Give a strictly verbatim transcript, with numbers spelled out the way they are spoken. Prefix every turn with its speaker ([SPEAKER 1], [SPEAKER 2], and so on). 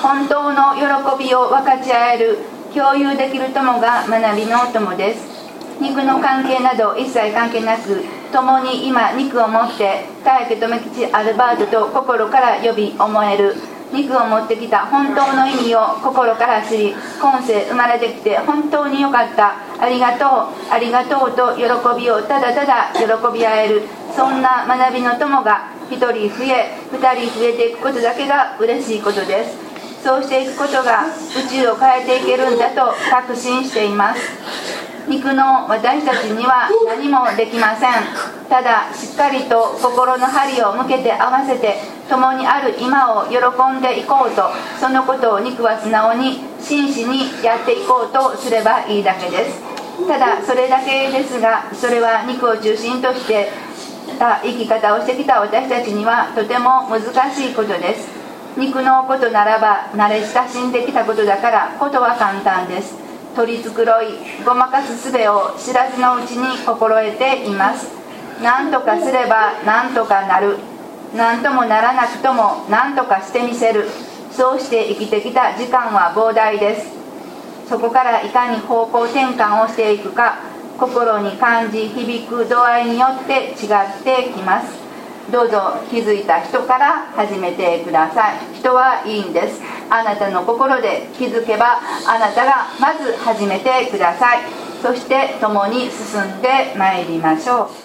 [SPEAKER 1] 本当の喜びを分かち合える、共有できる友が学びの友です。肉の関係など一切関係なく、共に今肉を持って大家留吉アルバートと心から呼び思える。肉を持ってきた本当の意味を心から知り、今世生まれてきて本当によかった、ありがとうありがとうと喜びをただただ喜び合える、そんな学びの友がひとり増えふたり増えていくことだけが嬉しいことです。そうしていくことが宇宙を変えていけるんだと確信しています。肉の私たちには何もできません。ただしっかりと心の針を向けて合わせて、共にある今を喜んでいこうと、そのことを肉は素直に真摯にやっていこうとすればいいだけです。ただそれだけですが、それは肉を中心としてた生き方をしてきた私たちにはとても難しいことです。肉のことならば慣れ親しんできたことだからことは簡単です。取り繕いごまかす術を知らずのうちに心得ています。何とかすれば何とかなる、何ともならなくとも何とかしてみせる、そうして生きてきた時間は膨大です。そこからいかに方向転換をしていくか、心に感じ響く度合いによって違ってきます。どうぞ気づいた人から始めてください。人はいいんです。あなたの心で気づけば、あなたがまず始めてください。そして共に進んでまいりましょう。